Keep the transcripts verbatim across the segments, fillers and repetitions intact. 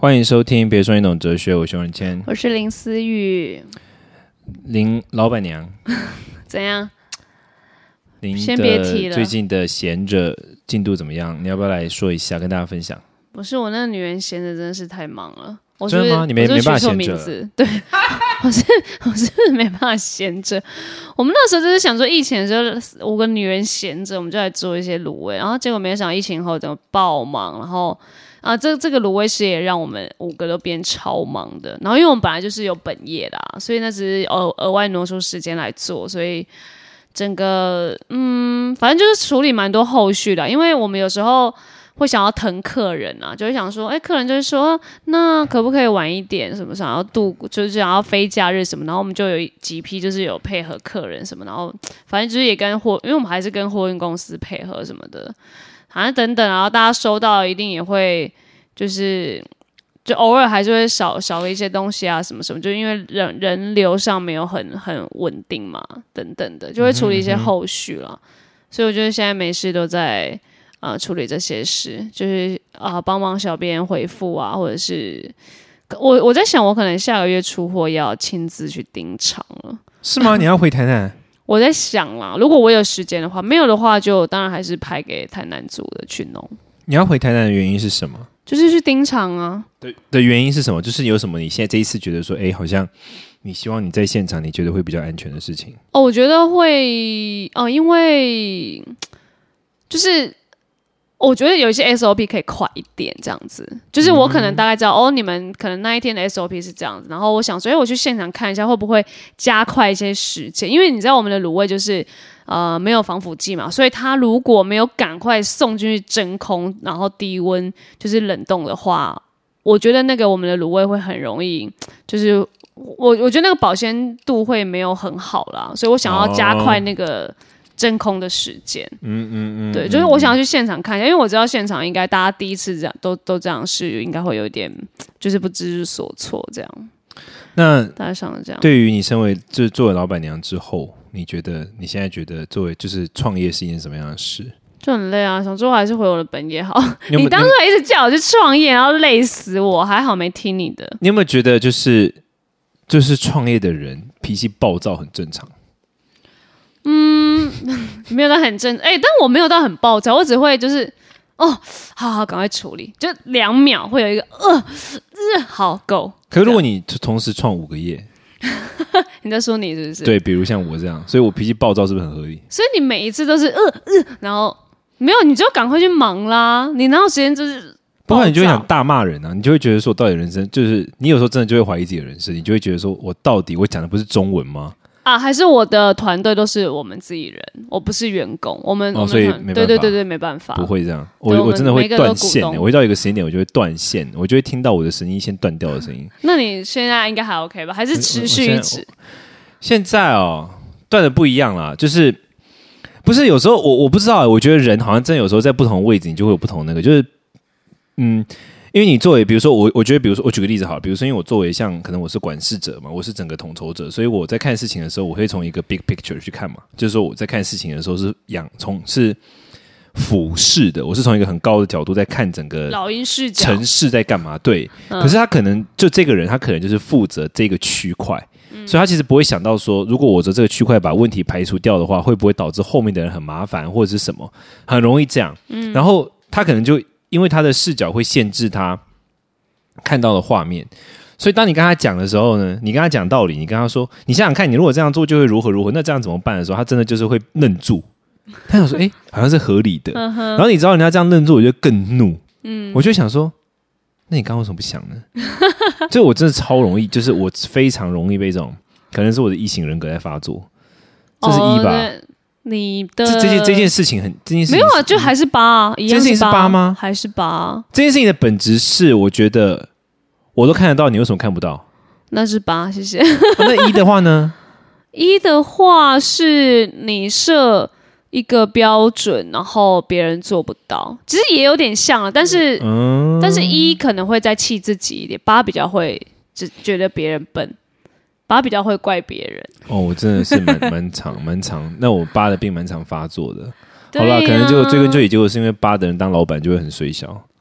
欢迎收听，别说你懂哲学，我是熊仁谦， 我是林思雨。 林老板娘， 怎样？ 林先别提了。 最近的闲着进度怎么样？你要不要来说一下，跟大家分享？ 不是我那个女人闲着真的是太忙了。我真的吗？你没没办法闲着了？ 对，我是我是没办法闲着。我们那时候就是想说，疫情的时候五个女人闲着，我们就来做一些卤味，然后结果没想到疫情后怎么爆忙，然后啊，这这个卤味师也让我们五个都变超忙的。然后因为我们本来就是有本业的、啊，所以那只是额额外挪出时间来做，所以整个嗯，反正就是处理蛮多后续的，因为我们有时候会想要疼客人啊，就会想说，哎、欸，客人就是说，那可不可以晚一点？什么想要度，就是想要非假日什么，然后我们就有几批就是有配合客人什么，然后反正就是也跟货，因为我们还是跟货运公司配合什么的，反正等等，然后大家收到一定也会就是就偶尔还是会少少了一些东西啊，什么什么，就因为人人流上没有很很稳定嘛，等等的，就会处理一些后续了。嗯、所以我觉得现在没事都在。呃，处理这些事，就是啊，帮、呃、忙小编回复啊，或者是我我在想，我可能下个月出货要亲自去盯场了。 是吗？你要回台南？ 我在想啦，如果我有时间的话，没有的话就当然还是派给台南组的去弄。 你要回台南的原因是什么？ 就是去盯场啊。 对的原因是什么？就是有什么你现在这一次觉得说，哎，好像你希望你在现场，你觉得会比较安全的事情？ 哦，我觉得会哦、呃，因为就是。我觉得有一些 S O P 可以快一点，这样子，就是我可能大概知道、嗯、哦，你们可能那一天的 S O P 是这样子，然后我想说，哎，我去现场看一下，会不会加快一些时间？因为你知道我们的卤味就是呃没有防腐剂嘛，所以它如果没有赶快送进去真空，然后低温就是冷冻的话，我觉得那个我们的卤味会很容易，就是我我觉得那个保鲜度会没有很好啦，所以我想要加快那个。哦真空的时间，嗯嗯嗯，对，就是我想要去现场看一下，因为我知道现场应该大家第一次这样都都这样试，应该会有一点就是不知所措这样。 那大家想的这样， 对于你身为就是作为老板娘之后，你觉得你现在觉得作为就是创业是一件什么样的事？ 就很累啊，想说还是回我的本业好。你, 你当初还一直叫我去创业，然后累死我，还好没听你的。 你有没有觉得就是就是创业的人脾气暴躁很正常？ 嗯，没有到很正，哎、欸，但我没有到很暴躁，我只会就是哦，好好赶快处理，就两秒会有一个呃呃，好够。 可是如果你同时创五个业， 你在说你是不是？ 对，比如像我这样，所以我脾气暴躁是不是很合理？ 所以你每一次都是呃呃，然后没有，你就赶快去忙啦，你哪有时间就是？ 不然你就会想大骂人啊，你就会觉得说，我到底人生就是你有时候真的就会怀疑自己的人生，你就会觉得说我到底我讲的不是中文吗？ 啊，还是我的团队都是我们自己人，我不是员工，我们， 哦、 我们所以没办法， 对对对对，没办法， 不会这样，我我真的会断线、欸，我会到一个时间点，我就会断线，我就会听到我的神经线断掉的声音。 那你现在应该还 OK 吧？还是持续一直？ 现在哦，断的不一样啦，就是不是有时候我我不知道、欸，我觉得人好像真的有时候在不同的位置，你就会有不同的那个，就是嗯。因为你作为，比如说我，我觉得，比如说，我举个例子好了，比如说，因为我作为像可能我是管事者嘛，我是整个统筹者，所以我在看事情的时候，我会从一个 big picture 去看嘛，就是说我在看事情的时候是仰从是俯视的，我是从一个很高的角度在看整个老鹰视角城市在干嘛，对、嗯。可是他可能就这个人，他可能就是负责这个区块、嗯，所以他其实不会想到说，如果我的这个区块把问题排除掉的话，会不会导致后面的人很麻烦或者是什么，很容易这样。嗯，然后他可能就。因为他的视角会限制他看到的画面，所以当你跟他讲的时候呢，你跟他讲道理，你跟他说，你想想看，你如果这样做就会如何如何，那这样怎么办的时候，他真的就是会愣住。他想说，哎、欸，好像是合理的。然后你知道人家这样愣住，我就更怒。嗯，我就想说，那你刚刚为什么不想呢？所以我真的超容易，就是我非常容易被这种，可能是我的异型人格在发作。这是一吧？哦你的这这件这件事情很这件事情没有啊，就还是八、啊，一样是八。这件事情是八吗？还是八、啊？ 这件事情的本质是，我觉得我都看得到，你为什么看不到？ 那是八，谢谢。 啊、那一的话呢？ 一的话是你设一个标准，然后别人做不到，其实也有点像了，但是、嗯、但是一可能会再气自己一点，八比较会只觉得别人笨。八比较会怪别人哦，我真的是蛮蛮常蛮常，那我八的病蛮常发作的。好啦，可能就追根究底，结果是因为八的人当老板就会很衰小。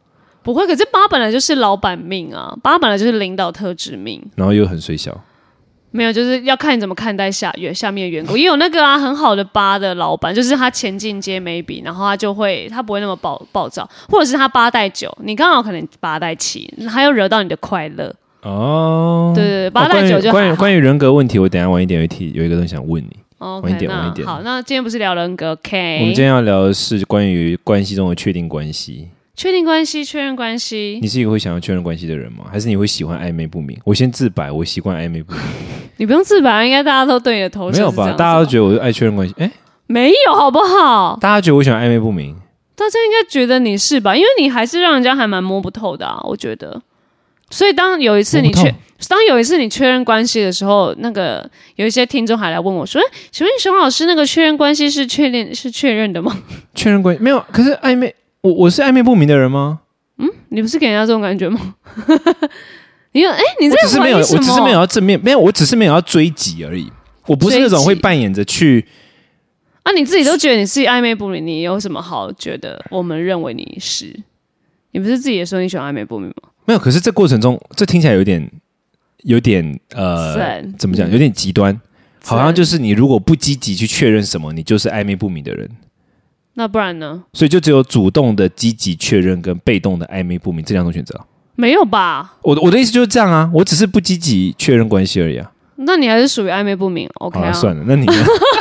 不会，可是八本来就是老板命啊，八本来就是领导特质命， 然后又很衰小。 没有，就是要看你怎么看待下下面的员工。也有那个啊，很好的八的老板，就是他前进阶 maybe， 然后他就会他不会那么暴暴躁，或者是他八带九，你刚好可能八带七，他又惹到你的快乐。 哦， 对对对，八带九就还好。 关于关于人格问题，我等一下晚一点有一题有一个东西想问你。 Okay, 晚一点，晚一点。 好，那今天不是聊人格 ，OK？ 我们今天要聊的是关于关系中的确定关系。 确定关系，确认关系。 你是一个会想要确认关系的人吗？还是你会喜欢暧昧不明？我先自白，我习惯暧昧不明。 你不用自白，应该大家都对你的头衔没有吧？大家都觉得我爱确认关系，哎， 没有好不好？ 大家觉得我喜欢暧昧不明， 大家应该觉得你是吧？因为你还是让人家还蛮摸不透的啊，我觉得。所以当有一次你确，当有一次你确认关系的时候，那个有一些听众还来问我说：“请问熊老师，那个确认关系是确认是确认的吗？” 确认关系没有，可是暧昧，我我是暧昧不明的人吗？ 嗯，你不是给人家这种感觉吗？你有哎，你在怀疑什么？我只是没有要正面，没有，我只是没有要追击而已。我不是那种会扮演着去啊，你自己都觉得你是暧昧不明，你有什么好觉得我们认为你是？你不是自己也说你喜欢暧昧不明吗？ 没有，可是这过程中，这听起来有点有点呃，怎么讲？有点极端，好像就是你如果不积极去确认什么，你就是暧昧不明的人。 那不然呢？ 所以就只有主动的积极确认跟被动的暧昧不明这两种选择。 没有吧？ 我我的意思就是这样啊，我只是不积极确认关系而已啊。 那你还是属于暧昧不明 ，OK 啊？ 算了，那你呢？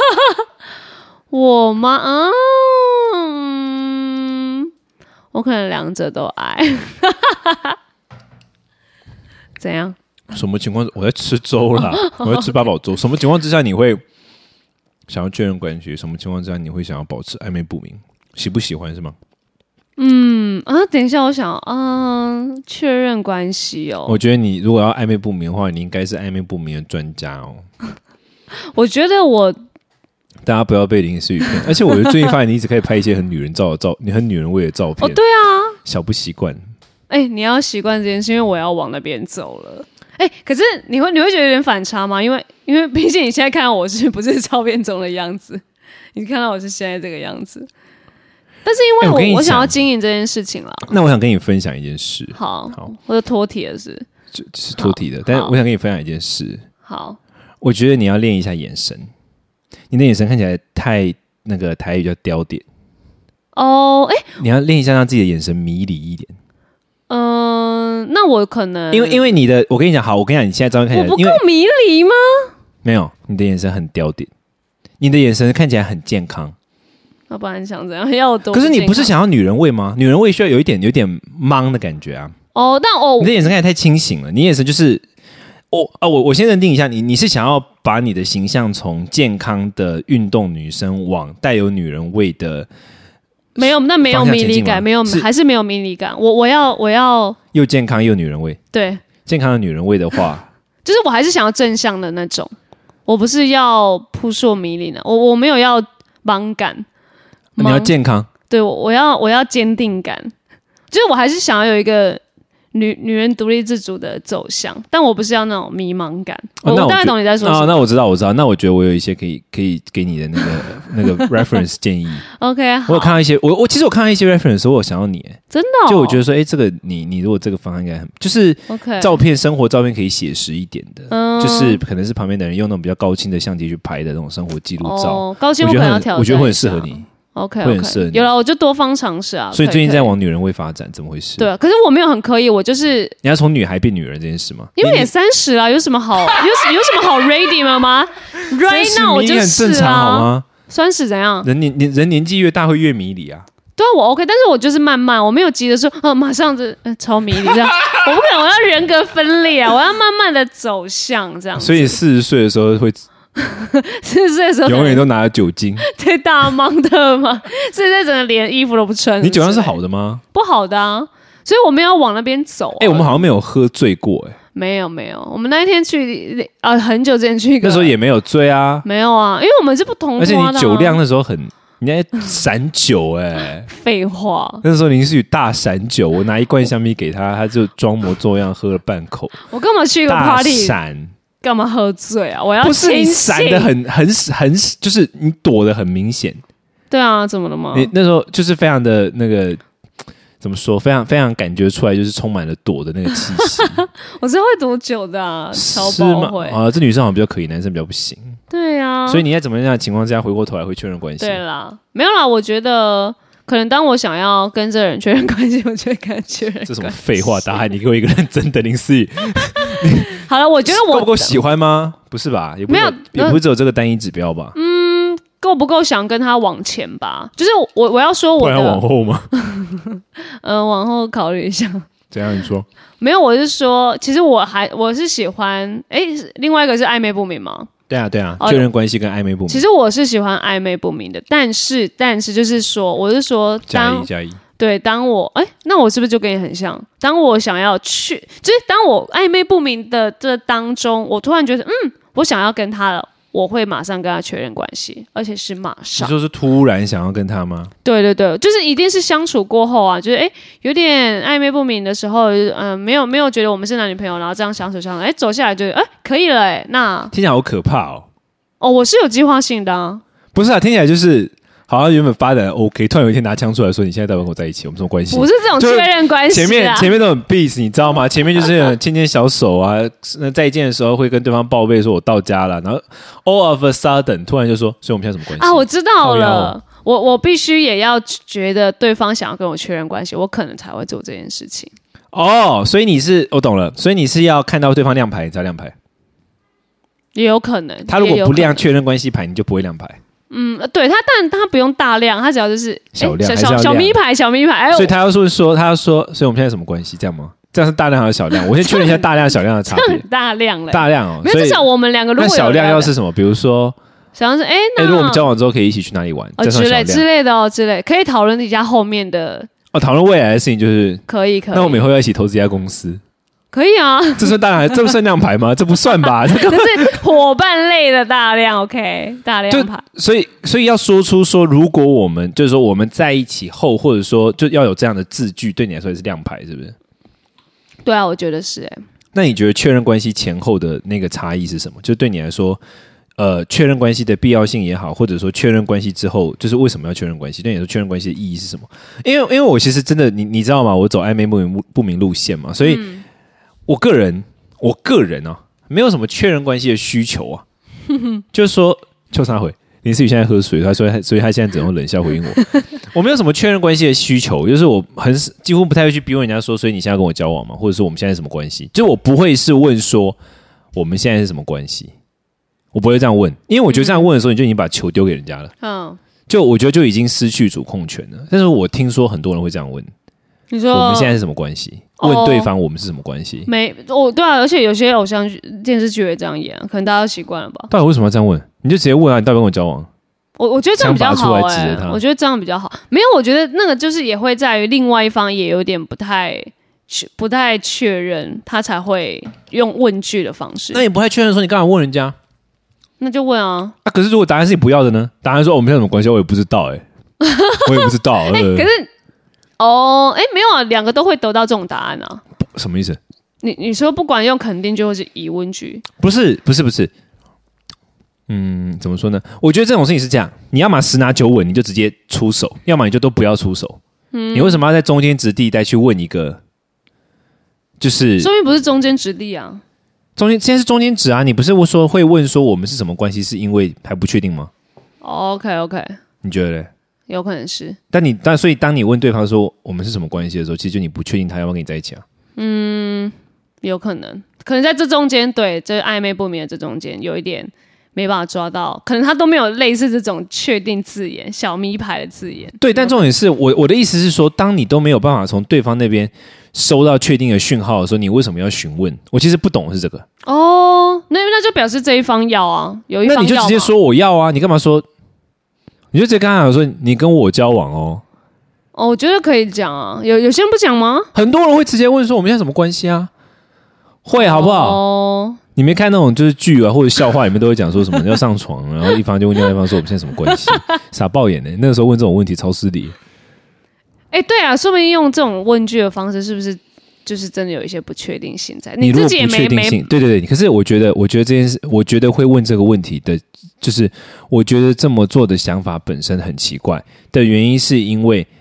我吗？啊、嗯，我可能两者都爱。怎样？ 什么情况？我在吃粥啦，我在吃八宝粥。什么情况之下你会想要确认关系？什么情况之下你会想要保持暧昧不明？喜不喜欢是吗？ 嗯啊，等一下，我想，嗯，确认关系哦。 我觉得你如果要暧昧不明的话，你应该是暧昧不明的专家哦。 我觉得我， 大家不要被林思雨骗。而且我觉得最近发现你一直可以拍一些很女人照的照，你很女人味的照片。 哦，对啊， 小不习惯。 哎、欸，你要习惯这件事，因为我要往那边走了。哎、欸，可是你会你会觉得有点反差吗？因为因为毕竟你现在看到我是不是照片中的样子，你看到我是现在这个样子。但是因为我、欸、我, 我想要经营这件事情啦， 那我想跟你分享一件事。 好，好，我就脱题了是， 就就是脱题的。但是我想跟你分享一件事。 好， 我觉得你要练一下眼神，你的眼神看起来太那个台语叫刁点。 哦，哎， 你要练一下让自己的眼神迷离一点。 嗯、呃，那我可能因为因为你的，我跟你讲，好，我跟你讲，你现在照片看起来我不够迷离吗？ 没有，你的眼神很刁点，你的眼神看起来很健康。 要不然想怎样？要多？ 可是你不是想要女人味吗？女人味需要有一点有一点懵的感觉啊。 哦，但哦， 你的眼神看起来太清醒了，你眼神就是我啊，我我先认定一下，你你是想要把你的形象从健康的运动女生往带有女人味的。 没有，那没有迷离感，没有，还是没有迷离感。我我要我要又健康又女人味。对，健康的女人味的话， 就是我还是想要正向的那种，我不是要扑朔迷离的，我我没有要忙感。 你要健康， 对，我我要我要坚定感，就是我还是想要有一个女女人独立自主的走向，但我不是要那种迷茫感。哦、我, 我大概懂你在说什么、 哦。那我知道，我知道。那我觉得我有一些可以可以给你的那个那个 reference 建议。 OK， 好。 我有看到一些，我我其实我看到一些 reference， 我有想到你， 真的、哦。 就我觉得说，哎、欸，这个你你如果这个方案应该很，就是照片 OK 生活照片可以写实一点的，嗯、就是可能是旁边的人用那种比较高清的相机去拍的那种生活记录照。 哦，高清我可能要挑战， 我觉得会很适合你。 OK OK， 有了我就多方尝试啊。 所以最近在往女人味发展，怎么回事？ 对啊，可是我没有很刻意，我就是你要从女孩变女人这件事吗？ 因为也三十了，有什么好有有什么好 ready 了吗 ？Right now 我就是啊， 很正常好吗？ 三十怎样？ 人年人年纪越大会越迷离啊。 对啊，我 OK， 但是我就是慢慢，我没有急着说，呃，马上就、呃、超迷离这样，我不可能，我要人格分裂啊，我要慢慢的走向这样子。 所以四十岁的时候会。 四十岁的时候永远都拿着酒精， 对大忙的吗？四十岁整个连衣服都不穿。 你酒量是好的吗？ 不好的啊，所以我们要往那边走、啊。 哎、欸，我们好像没有喝醉过、欸，哎， 没有没有，我们那一天去啊，很久之前去一个， 那时候也没有醉啊， 没有啊，因为我们是不同、啊， 而且你酒量那时候很，你在闪酒哎、欸， 废话， 那时候林思雨大闪酒，我拿一罐香槟给他，他就装模作样喝了半口。 我干嘛去一个 party？ 大闪。 干嘛喝醉啊？我要不是你闪的很很很，就是你躲的很明显。 对啊，怎么了吗？ 你那时候就是非常的那个怎么说？非常非常感觉出来，就是充满了躲的那个气息。 我是会多久的啊？超爆会啊！这女生好像比较可以，男生比较不行。 对啊， 所以你在怎么样的情况之下，回过头来会确认关系？ 对啦，没有啦，我觉得。可能当我想要跟这个人确认关系，我就会跟他确认关系。 这什么废话答案？你给我一个认真的林思雨。 好了，我觉得我够不够喜欢吗？不是吧？也不没有， 也不是只有这个单一指标吧？ 嗯，够不够想跟他往前吧？就是我我要说我的， 不然往后吗？ 呃，往后考虑一下。 怎样？你说？ 没有，我是说，其实我还我是喜欢，哎，另外一个是暧昧不明吗？ 对啊，对啊，确认关系跟暧昧不明。 其实我是喜欢暧昧不明的，但是但是就是说，我是说当， 加一加一。 对，当我哎，那我是不是就跟你很像？当我想要去，就是当我暧昧不明的这当中，我突然觉得，嗯，我想要跟他了，我会马上跟他确认关系，而且是马上。 你说是突然想要跟他吗？ 对对对，就是一定是相处过后啊，就是哎有点暧昧不明的时候，嗯、呃，没有没有觉得我们是男女朋友，然后这样相处相处，哎，走下来就哎可以了，哎，那听起来好可怕哦。 哦，我是有计划性的啊。 不是啊，听起来就是好像原本发展 OK， 突然有一天拿枪出来说你现在在跟我在一起，我们什么关系？ 不是这种确认关系、啊、 前面前面都很 peace， 你知道吗？前面就是牵牵小手啊，那再见的时候会跟对方报备说我到家了，然后 all of a sudden 突然就说，所以我们现在什么关系啊？我知道了，我我必须也要觉得对方想要跟我确认关系，我可能才会做这件事情。 哦，所以你是我懂了，所以你是要看到对方亮牌你才亮牌。 也有可能， 他如果不亮确认关系牌，你就不会亮牌。 嗯，对他，但他不用大亮，他只要就是小亮， 小小咪牌，小咪牌。哎、 所以他要说说，他要说，所以我们现在什么关系？这样吗？这样是大量还是小量？我先确认一下大量小量的差别。 大量嘞， 大量哦， 没有，至少我们两个如果有那小量要是什么？比如说， 小量是哎，那、 欸、如果我们交往之后可以一起去哪里玩？ 哦，之类之类的哦，之类可以讨论一下后面的哦，讨论未来的事情就是可以可以。 那我们以后要一起投资一家公司。 可以啊， 这算大量，这不算亮牌吗？这不算吧？这是伙伴类的大量 ，OK， 大量牌。 所以，所以要说出说，如果我们就是说我们在一起后，或者说就要有这样的字句，对你来说也是亮牌，是不是？ 对啊，我觉得是哎、欸。 那你觉得确认关系前后的那个差异是什么？就对你来说，呃，确认关系的必要性也好，或者说确认关系之后，就是为什么要确认关系？对你来说，确认关系的意义是什么？因为，因为我其实真的，你你知道吗？我走暧昧不明不明路线嘛，所以。嗯我个人，我个人啊，没有什么确认关系的需求啊，就是说，邱沙回林思雨现在喝水，他说，所以他现在只能冷笑回应我。我没有什么确认关系的需求，就是我很几乎不太会去逼问人家说，所以你现在跟我交往吗？或者说我们现在是什么关系？就我不会是问说我们现在是什么关系，我不会这样问，因为我觉得这样问的时候，你就已经把球丢给人家了。嗯，就我觉得就已经失去主控权了。但是我听说很多人会这样问。你说我们现在是什么关系？问对方我们是什么关系？ 没，我对啊，而且有些偶像剧、电视剧也这样演，可能大家都习惯了吧？ 到底为什么要这样问？你就直接问啊，你到底跟我交往？ 我我觉得这样比较好哎、欸，我觉得这样比较好。没有，我觉得那个就是也会在于另外一方也有点不太不太确认，他才会用问句的方式。 那你不太确认说你干嘛问人家？ 那就问啊。 啊，可是如果答案是你不要的呢？答案说我们现在什么关系？我也不知道哎、欸，我也不知道。哎、 欸，可是。哦，哎，没有啊，两个都会得到这种答案啊。 什么意思？ 你你说不管用肯定句或是疑问句， 不是不是不是，嗯，怎么说呢？我觉得这种事情是这样，你要么十拿九稳，你就直接出手；要么你就都不要出手。嗯，你为什么要在中间值地带去问一个？就是中间不是中间值地啊， 中间现在是中间值啊。你不是说会问说我们是什么关系，是因为还不确定吗 ？OK OK， 你觉得嘞？ 有可能是， 但你但所以当你问对方说我们是什么关系的时候，其实就你不确定他要不要跟你在一起啊。 嗯，有可能，可能在这中间，对，这暧昧不明的这中间有一点没办法抓到，可能他都没有类似这种确定字眼、小咪牌的字眼。 对，但重点是我我的意思是说，当你都没有办法从对方那边收到确定的讯号的时候，你为什么要询问？我其实不懂的是这个。 哦，那那就表示这一方要啊，有一方要， 那你就直接说我要啊，你干嘛说？你就直接跟他讲说你跟我交往哦。 哦，我觉得可以讲啊，有有些人不讲吗？ 很多人会直接问说我们现在什么关系啊？会好不好？哦，你没看那种就是剧啊或者笑话里面都会讲说什么要上床，然后一方就问另外一方说我们现在什么关系？傻爆眼的、欸，那个时候问这种问题超失礼。 哎、欸，对啊，说不定用这种问句的方式，是不是就是真的有一些不确定性在？你自己也没没对对对。可是我觉得，我觉得这件事，我觉得会问这个问题的。就是我觉得这么做的想法本身很奇怪的原因，是因为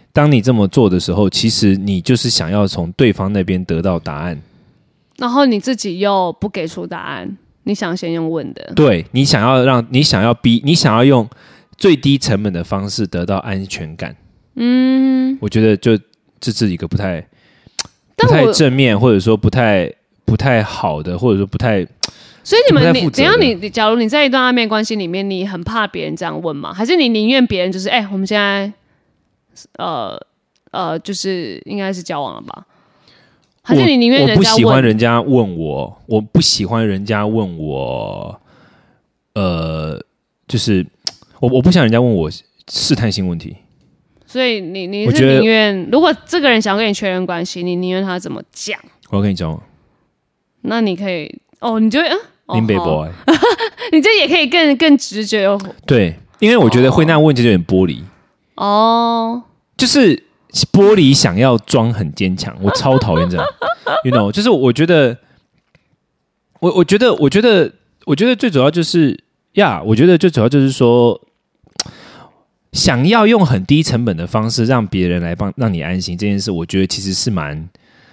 当你这么做的时候，其实你就是想要从对方那边得到答案， 然后你自己又不给出答案，你想先用问的， 对，你想要让你想要逼你想要用最低成本的方式得到安全感。嗯，我觉得就这是一个不太不太正面，或者说不太不太好的，或者说不太。 所以你们你怎样你？你假如你在一段暧昧关系里面，你很怕别人这样问吗？还是你宁愿别人就是哎、欸，我们现在呃呃，就是应该是交往了吧？还是你宁愿人家问？ 我不喜欢人家问我，我不喜欢人家问我，呃，就是我我不想人家问我试探性问题。所以你你是宁愿，如果这个人想要跟你确认关系，你宁愿他怎么讲？ 我要跟你讲， 那你可以哦，你就嗯， 林北 boy， 你这也可以更更直觉哦。对， 因为我觉得会那样问就有点玻璃哦，就是玻璃想要装很坚强，我超讨厌这样。you know， 就是我觉得，我我觉得，我觉得，我觉得最主要就是呀， yeah, 我觉得最主要就是说。想要用很低成本的方式让别人来帮让你安心这件事，我觉得其实是蛮，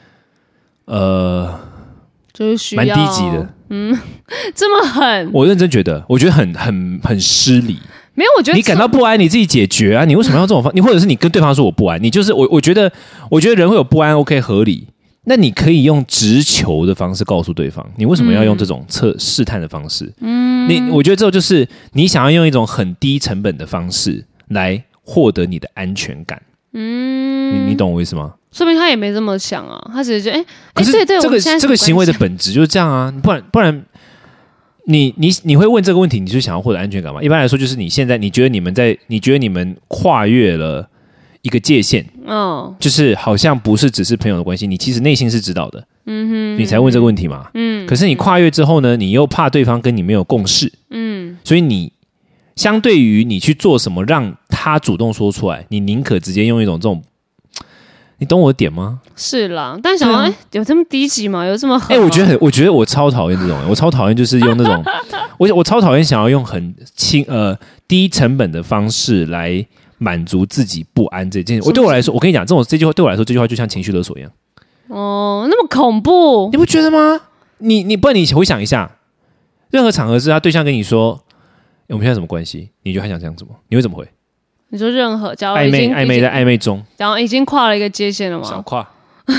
呃， 就是需要蛮低级的。 嗯，这么狠， 我认真觉得，我觉得很很很失礼。 没有，我觉得你感到不安，你自己解决啊！你为什么要这种方？你或者是你跟对方说我不安，你就是我。我觉得，我觉得人会有不安 ，OK 合理。那你可以用直球的方式告诉对方，你为什么要用这种测试探的方式？嗯，你我觉得这就是你想要用一种很低成本的方式。来获得你的安全感，嗯，你你懂我意思吗？ 说明他也没这么想啊，他只是觉得，哎、欸， 可是对对， 这个这个行为的本质就是这样啊，不然不然，你你你会问这个问题，你就想要获得安全感吗？一般来说，就是你现在你觉得你们在，你觉得你们跨越了一个界限，嗯，就是好像不是只是朋友的关系，你其实内心是知道的，嗯哼，你才问这个问题嘛，嗯，可是你跨越之后呢，你又怕对方跟你没有共识，嗯，所以你。相对于你去做什么让他主动说出来，你宁可直接用一种这种，你懂我的点吗？ 是啦，但想到哎、啊欸，有这么低级吗？有这么狠？ 哎、欸，我觉得很，我觉得我超讨厌这种，我超讨厌就是用那种，我我超讨厌想要用很轻呃低成本的方式来满足自己不安这件事。我对我来说，我跟你讲，这种这句话对我来说，这句话就像情绪勒索一样。 哦，那么恐怖， 你不觉得吗？你你不然你回想一下，任何场合是他对象跟你说。我们现在什么关系？你觉得他想讲什么？你会怎么回？ 你说任何，假如暧昧暧昧在暧昧中， 然后已经跨了一个界限了吗？ 少跨。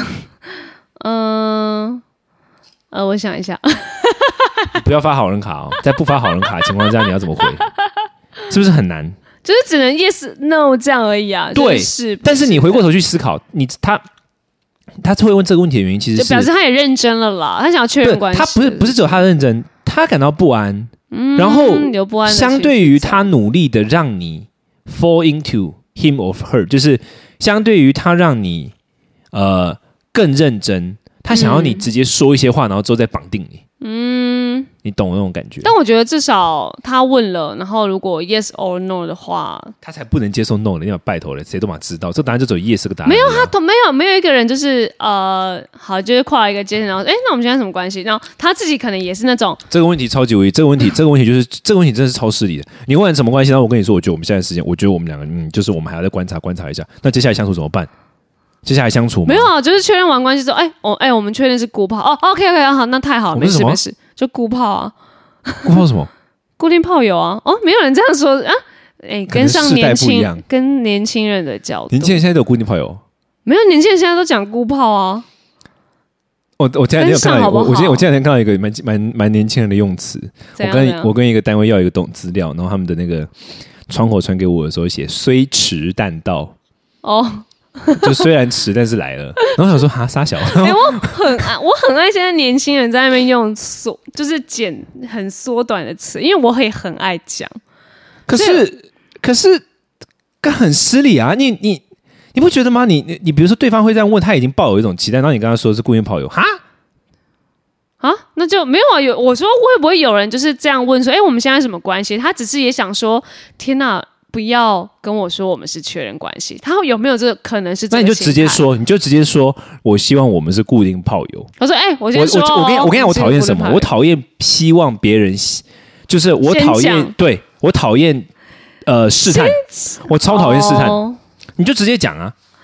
嗯，呃，我想一下， 你不要发好人卡哦，在不发好人卡的情况下，你要怎么回？是不是很难？ 就是只能 yes no 这样而已啊。 对， 就是、 但是你回过头去思考，你他他会问这个问题的原因，其实是就表示他也认真了啦，他想要确认关系。 他不是不是只有他认真，他感到不安。嗯、然后，相对于他努力的让你 fall into him or her， 就是相对于他让你呃更认真，他想要你直接说一些话，然后之后再绑定你。嗯，你懂我那种感觉？ 但我觉得至少他问了，然后如果 yes or no 的话， 他才不能接受 no 的，因为拜托了，谁都嘛知道，这答案就只有 yes 个答案。 没有，他都没有，没有一个人就是呃，好，就是跨了一个界限，然后哎，那我们现在什么关系？然后他自己可能也是那种这个问题超级无语，这个问题，这个问题就是这个问题真的是超失礼的。你问什么关系？然后我跟你说，我觉得我们现在时间，我觉得我们两个嗯，就是我们还要再观察观察一下。那接下来相处怎么办？接下来相处吗？ 没有啊，就是确认完关系之后，哎，我哎，我们确认是固炮哦 ，OK OK， 好，那太好了，没事没事，就固炮啊， 固炮什么？ 固定炮友啊，哦，没有人这样说啊，哎，跟上年轻跟年轻人的角度， 年轻人现在都有固定炮友， 没有，年轻人现在都讲固炮啊。 我我前两天有看到，好好我我今天我前两天看到一个蛮蛮蛮年轻人的用词，我跟我跟一个单位要一个东资料，然后他们的那个窗口传给我的时候写虽迟但到，哦。就虽然迟，但是来了。然后我想说，哈，傻小。哎、 欸，我很爱，我很爱现在年轻人在那边用缩，就是简很缩短的词，因为我也很爱讲。 可是，可是，这很失礼啊！你你你不觉得吗？你你你，比如说对方会这样问，他已经抱有一种期待，然后你跟他说是固定炮友，哈啊，那就没有啊。有我说会不会有人就是这样问说，哎、欸，我们现在什么关系？他只是也想说，天哪。不要跟我说我们是确认关系，他有没有这个可能是这个？ 那你就直接说，你就直接说，我希望我们是固定炮友。 我说，哎、欸，我先说， 我我跟你我跟你讲，我讨厌什么？我讨厌希望别人，就是我讨厌，对我讨厌呃试探，我超讨厌试探，你就直接讲啊。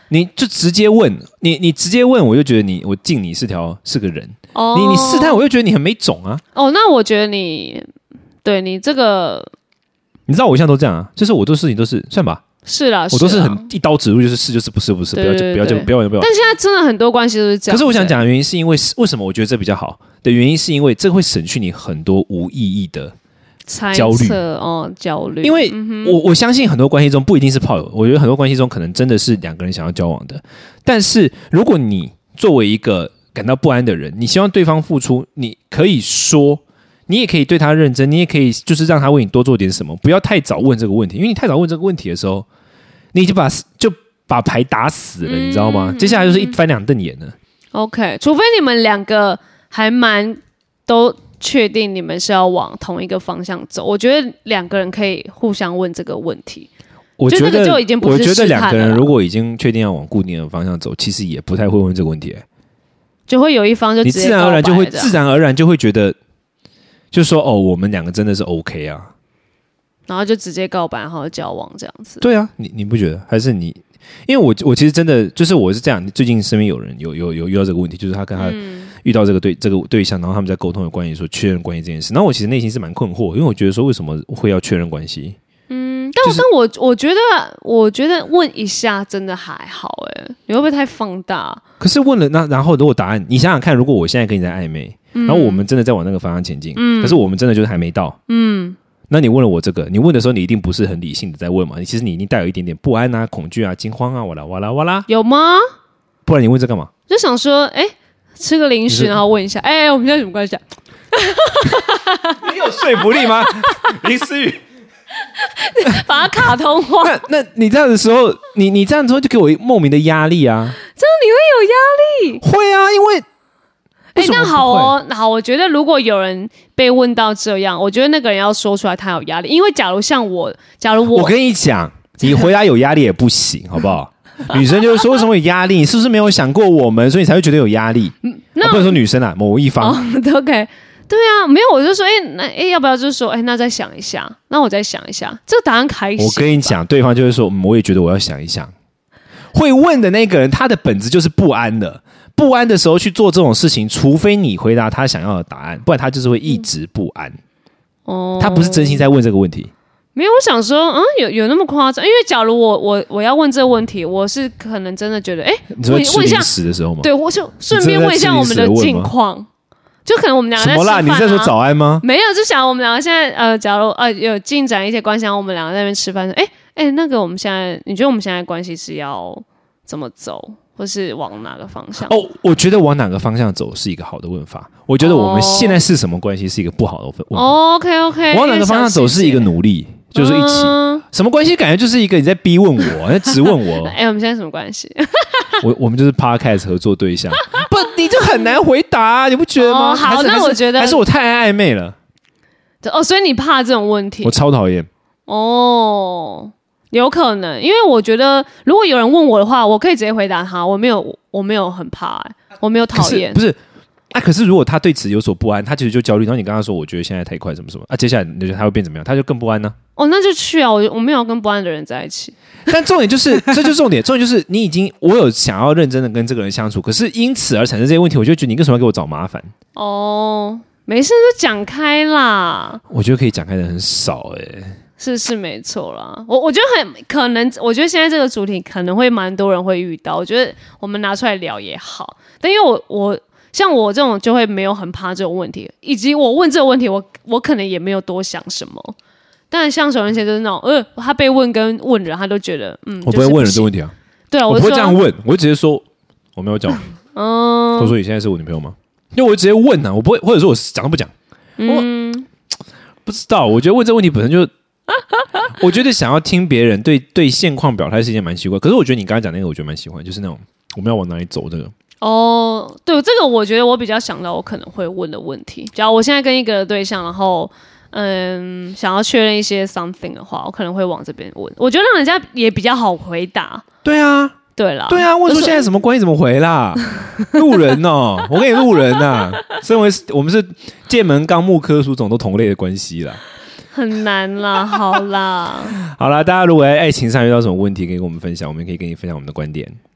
你就直接问，你你直接问，我就觉得你我敬你是条是个人。哦，你你试探，我就觉得你很没种啊。 哦，那我觉得你对你这个， 你知道我一向都这样啊，就是我做事情都是算吧。 是啦， 我都是很一刀直入，就是是就是不是不是，不要不要不要不要。 但现在真的很多关系都是这样。 可是我想讲的原因是因为为什么我觉得这比较好的原因，是因为这会省去你很多无意义的焦虑哦，焦虑。 因为我我相信很多关系中不一定是炮友，我觉得很多关系中可能真的是两个人想要交往的。但是如果你作为一个感到不安的人，你希望对方付出，你可以说。你也可以对他认真，你也可以就是让他为你多做点什么，不要太早问这个问题，因为你太早问这个问题的时候，你就把就把牌打死了，嗯、你知道吗？接下来就是一翻两瞪眼了。 OK， 除非你们两个还蛮都确定你们是要往同一个方向走，我觉得两个人可以互相问这个问题。 我觉得就已经不是我觉得两个人如果已经确定要往固定的方向走，其实也不太会问这个问题、欸， 就会有一方就直接你自然而然就会自然而然就会觉得。就是说哦，我们两个真的是 OK 啊， 然后就直接告白，然后交往这样子。 对啊，你你不觉得？还是你？因为我我其实真的就是我是这样，最近身边有人有有有遇到这个问题，就是他跟他遇到这个对、嗯、这个对象，然后他们在沟通的关系，说确认关系这件事。然后我其实内心是蛮困惑，因为我觉得说为什么会要确认关系？ 嗯，但、就是、但我我觉得我觉得问一下真的还好哎，你会不会太放大？ 可是问了那然后如果答案，你想想看，如果我现在跟你在暧昧。然后我们真的在往那个方向前进、嗯、可是我们真的就是还没到嗯，那你问了我这个，你问的时候你一定不是很理性的在问嘛，你其实你一定带有一点点不安啊、恐惧啊、惊慌啊，哇啦哇啦哇啦， 有吗？ 不然你问这干嘛？ 就想说哎，吃个零食然后问一下哎，我们现在什么关系啊？ 你有说服力吗？林思雨把它卡通化。 那那你这样的时候你你这样之后就给我莫名的压力啊， 这样你会有压力？ 会啊，因为哎、欸，那好哦，好，我觉得如果有人被问到这样，我觉得那个人要说出来，他有压力。因为假如像我，假如我， 我跟你讲，你回答有压力也不行，好不好？女生就是说为什么有压力？你是不是没有想过我们，所以你才会觉得有压力？嗯，那、哦、不能说女生啊，某一方。 哦、OK， 对啊，没有，我就说，哎、欸，那哎、欸，要不要就是说，哎、欸，那再想一下，那我再想一下，这个答案开心。 我跟你讲，对方就会说，嗯，我也觉得我要想一想。会问的那个人，他的本质就是不安的。不安的时候去做这种事情，除非你回答他想要的答案，不然他就是会一直不安。哦，他不是真心在问这个问题。 没有，我想说，嗯，有有那么夸张？因为假如我我我要问这个问题，我是可能真的觉得，哎、欸， 你说吃零食的时候吗？ 对，我就顺便问一下我们的近况，就可能我们两个在吃饭、啊、 什么啦？你在说早安吗？ 没有，就想我们两个现在呃，假如呃有进展一些关系，然后我们两个在那边吃饭，哎哎、欸，那个我们现在，你觉得我们现在关系是要怎么走？或是往哪个方向？哦， 我觉得往哪个方向走是一个好的问法。我觉得我们现在是什么关系是一个不好的问法。 哦、OK OK， 往哪个方向走是一个努力，就是一起。嗯、什么关系？感觉就是一个你在逼问我，在质问我。 哎、欸，我们现在什么关系？ 我我们就是 Podcast 合作对象。不，你就很难回答，你不觉得吗？ 哦、好，那我觉得还是我太爱暧昧了。 哦，所以你怕这种问题？ 我超讨厌。 哦。有可能，因为我觉得如果有人问我的话，我可以直接回答他，我没有，我没有很怕、欸，我没有讨厌。 不是啊，可是如果他对此有所不安，他其实就焦虑。然后你跟他说，我觉得现在太快，什么什么啊，接下来你觉得他会变怎么样？他就更不安呢、 啊。哦，那就去啊！我我没有跟不安的人在一起。 但重点就是，这就是重点，重点就是你已经我有想要认真的跟这个人相处，可是因此而产生这些问题，我就觉得你为什么要给我找麻烦？ 哦，没事，就讲开啦。 我觉得可以讲开的很少哎、欸。 是是没错啦，我我觉得很可能，我觉得现在这个主题可能会蛮多人会遇到，我觉得我们拿出来聊也好，但因为我我像我这种就会没有很怕这种问题，以及我问这个问题，我我可能也没有多想什么，但像首先就是那种呃，他被问跟问人，他都觉得嗯， 我不会问人这个问题啊， 对啊， 我不会这样问，我会直接说我没有讲，嗯，我说你现在是我女朋友吗？因为我会直接问啊，我不会，或者说我讲都不讲，嗯，不知道，我觉得问这个问题本身就。我觉得想要听别人对对现况表态是一件蛮奇怪，可是我觉得你刚才讲那个，我觉得蛮喜欢，就是那种我们要往哪里走这个。 哦，对，这个我觉得我比较想到我可能会问的问题。假如我现在跟一个对象，然后嗯想要确认一些 something 的话，我可能会往这边问。我觉得让人家也比较好回答。 对啊， 对啦， 对啊，问说现在什么关系怎么回啦？路人哦，我跟你路人呐、啊，身为我们是剑门纲目科属种都同类的关系啦。 很难啦，好啦， 好啦，大家如果在爱情上遇到什么问题，可以跟我们分享，我们可以跟你分享我们的观点。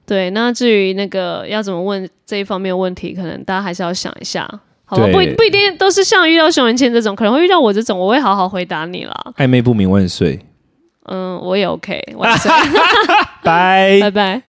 对，那至于那个要怎么问这一方面的问题，可能大家还是要想一下。好吧，不不一定都是像遇到熊仁谦这种，可能会遇到我这种，我会好好回答你啦。 暧昧不明万岁。 嗯，我也 OK，万岁， 拜拜拜。